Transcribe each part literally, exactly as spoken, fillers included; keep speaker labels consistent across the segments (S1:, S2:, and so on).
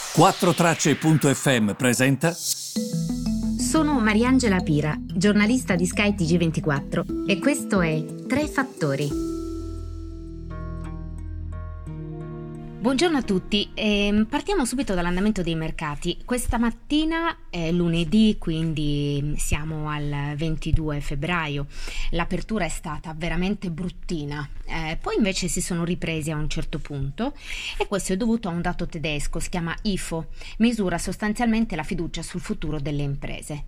S1: quattro tracce punto effe emme presenta.
S2: Sono Mariangela Pira, giornalista di Sky T G ventiquattro e questo è Tre Fattori. Buongiorno a tutti, e partiamo subito dall'andamento dei mercati. Questa mattina è lunedì, quindi siamo al ventidue febbraio. L'apertura è stata veramente bruttina, eh, poi invece si sono ripresi a un certo punto e questo è dovuto a un dato tedesco, si chiama I F O, misura sostanzialmente la fiducia sul futuro delle imprese.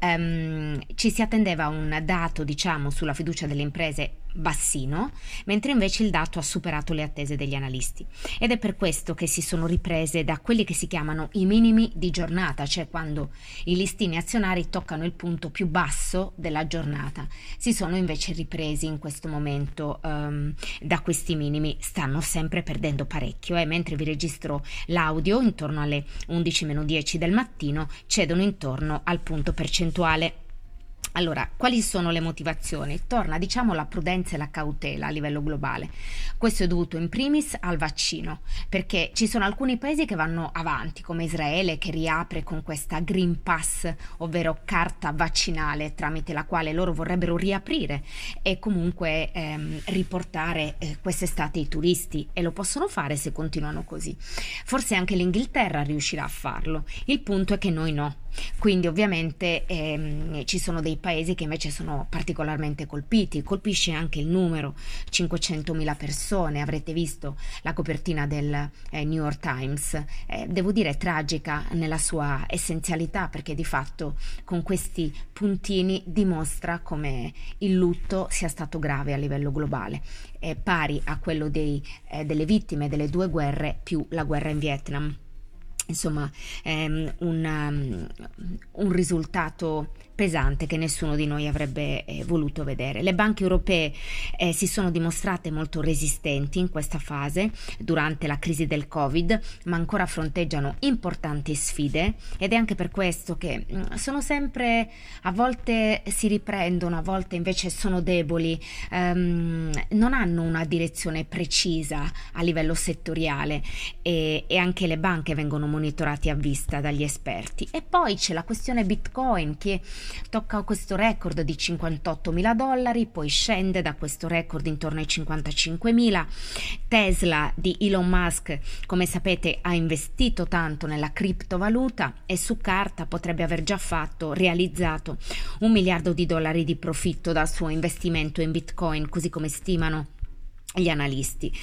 S2: Um, ci si attendeva a un dato, diciamo, sulla fiducia delle imprese bassino, mentre invece il dato ha superato le attese degli analisti ed è per questo che si sono riprese da quelli che si chiamano i minimi di giornata, cioè quando i listini azionari toccano il punto più basso della giornata. Si sono invece ripresi in questo momento um, da questi minimi, stanno sempre perdendo parecchio e eh? mentre vi registro l'audio intorno alle undici meno dieci del mattino cedono intorno al punto percentuale. Allora, quali sono le motivazioni? Torna, diciamo, la prudenza e la cautela a livello globale. Questo è dovuto in primis al vaccino, perché ci sono alcuni paesi che vanno avanti, come Israele, che riapre con questa Green Pass, ovvero carta vaccinale, tramite la quale loro vorrebbero riaprire e comunque ehm, riportare eh, quest'estate i turisti, e lo possono fare se continuano così. Forse anche l'Inghilterra riuscirà a farlo. Il punto è che noi no. Quindi ovviamente ehm, ci sono dei paesi che invece sono particolarmente colpiti, colpisce anche il numero, cinquecentomila persone, avrete visto la copertina del eh, New York Times, eh, devo dire tragica nella sua essenzialità, perché di fatto con questi puntini dimostra come il lutto sia stato grave a livello globale, eh, pari a quello dei, eh, delle vittime delle due guerre più la guerra in Vietnam. Insomma, ehm, un, um, un risultato pesante che nessuno di noi avrebbe eh, voluto vedere. Le banche europee eh, si sono dimostrate molto resistenti in questa fase durante la crisi del Covid, ma ancora fronteggiano importanti sfide ed è anche per questo che mh, sono sempre, a volte si riprendono, a volte invece sono deboli, ehm, non hanno una direzione precisa a livello settoriale e, e anche le banche vengono monitorate a vista dagli esperti. E poi c'è la questione Bitcoin, che tocca questo record di cinquantottomila dollari, poi scende da questo record intorno ai cinquantacinquemila. Tesla di Elon Musk, come sapete, ha investito tanto nella criptovaluta e su carta potrebbe aver già fatto, realizzato un miliardo di dollari di profitto dal suo investimento in Bitcoin, così come stimano gli analisti.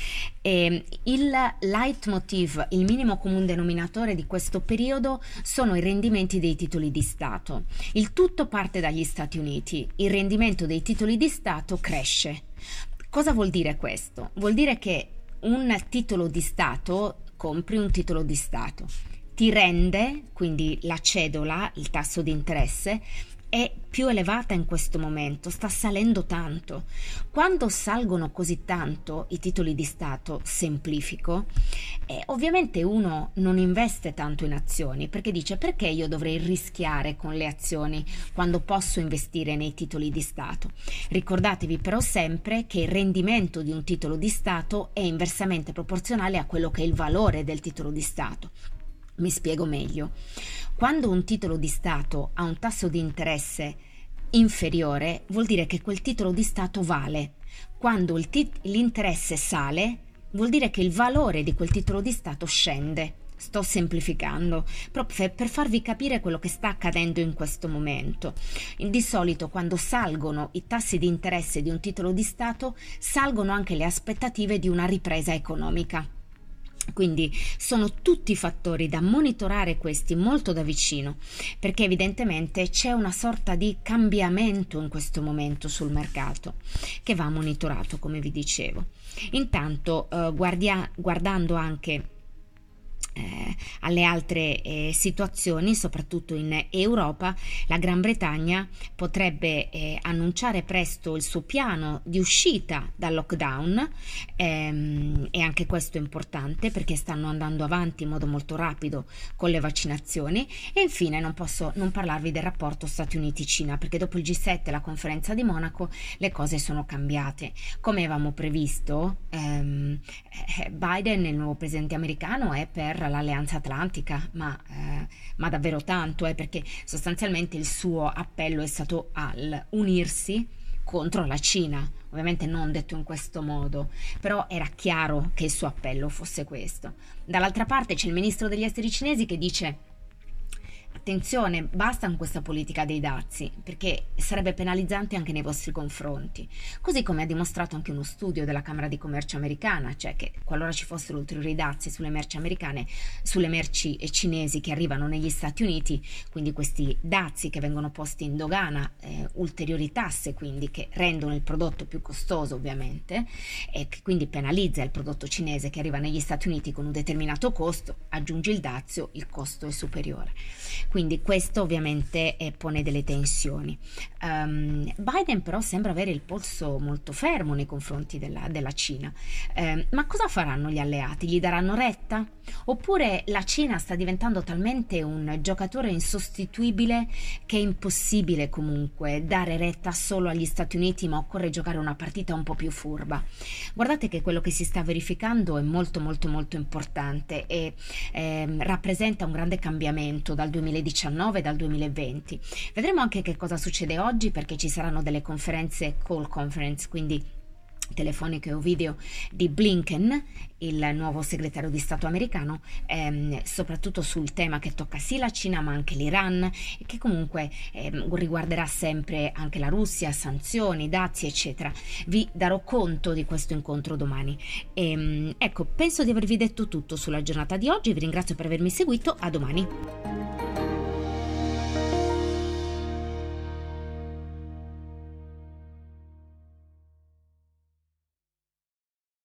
S2: E il leitmotiv, il minimo comune denominatore di questo periodo sono i rendimenti dei titoli di Stato. Il tutto parte dagli Stati Uniti. Il rendimento dei titoli di Stato cresce. Cosa vuol dire questo? Vuol dire che un titolo di Stato, compri un titolo di Stato, ti rende, quindi la cedola, il tasso di interesse, è più elevata in questo momento, sta salendo tanto. Quando salgono così tanto i titoli di Stato, semplifico, eh, ovviamente uno non investe tanto in azioni, perché dice: perché io dovrei rischiare con le azioni quando posso investire nei titoli di Stato? Ricordatevi però sempre che il rendimento di un titolo di Stato è inversamente proporzionale a quello che è il valore del titolo di Stato. Mi spiego meglio. Quando un titolo di Stato ha un tasso di interesse inferiore, vuol dire che quel titolo di Stato vale. Quando il tit- l'interesse sale, vuol dire che il valore di quel titolo di Stato scende. Sto semplificando, proprio per farvi capire quello che sta accadendo in questo momento. Di solito quando salgono i tassi di interesse di un titolo di Stato, salgono anche le aspettative di una ripresa economica. Quindi sono tutti fattori da monitorare, questi molto da vicino, perché evidentemente c'è una sorta di cambiamento in questo momento sul mercato che va monitorato, come vi dicevo. Intanto eh, guardia- guardando anche Eh, alle altre eh, situazioni, soprattutto in Europa, la Gran Bretagna potrebbe eh, annunciare presto il suo piano di uscita dal lockdown, ehm, e anche questo è importante perché stanno andando avanti in modo molto rapido con le vaccinazioni. E infine non posso non parlarvi del rapporto Stati Uniti-Cina, perché dopo il G sette e la conferenza di Monaco le cose sono cambiate. Come avevamo previsto, ehm, Biden, il nuovo presidente americano, è per l'Alleanza Atlantica, ma, eh, ma davvero tanto, eh, perché sostanzialmente il suo appello è stato al unirsi contro la Cina, ovviamente non detto in questo modo, però era chiaro che il suo appello fosse questo. Dall'altra parte c'è il ministro degli esteri cinesi che dice: attenzione, basta con questa politica dei dazi, perché sarebbe penalizzante anche nei vostri confronti. Così come ha dimostrato anche uno studio della Camera di Commercio americana, cioè che qualora ci fossero ulteriori dazi sulle merci americane, sulle merci cinesi che arrivano negli Stati Uniti, quindi questi dazi che vengono posti in dogana, eh, ulteriori tasse quindi che rendono il prodotto più costoso ovviamente, e che quindi penalizza il prodotto cinese che arriva negli Stati Uniti con un determinato costo, aggiungi il dazio, il costo è superiore. Quindi questo ovviamente eh, pone delle tensioni. Um, Biden però sembra avere il polso molto fermo nei confronti della, della Cina. Um, ma cosa faranno gli alleati? Gli daranno retta? Oppure la Cina sta diventando talmente un giocatore insostituibile che è impossibile comunque dare retta solo agli Stati Uniti, ma occorre giocare una partita un po' più furba? Guardate che quello che si sta verificando è molto molto molto importante e ehm, rappresenta un grande cambiamento dal duemiladiciannove e dal duemilaventi. Vedremo anche che cosa succede oggi, perché ci saranno delle conferenze, call conference, quindi telefoniche o video, di Blinken, il nuovo segretario di Stato americano, ehm, soprattutto sul tema che tocca sì la Cina ma anche l'Iran, e che comunque ehm, riguarderà sempre anche la Russia, sanzioni, dazi eccetera. Vi darò conto di questo incontro domani. Ehm, ecco, penso di avervi detto tutto sulla giornata di oggi, vi ringrazio per avermi seguito, a domani.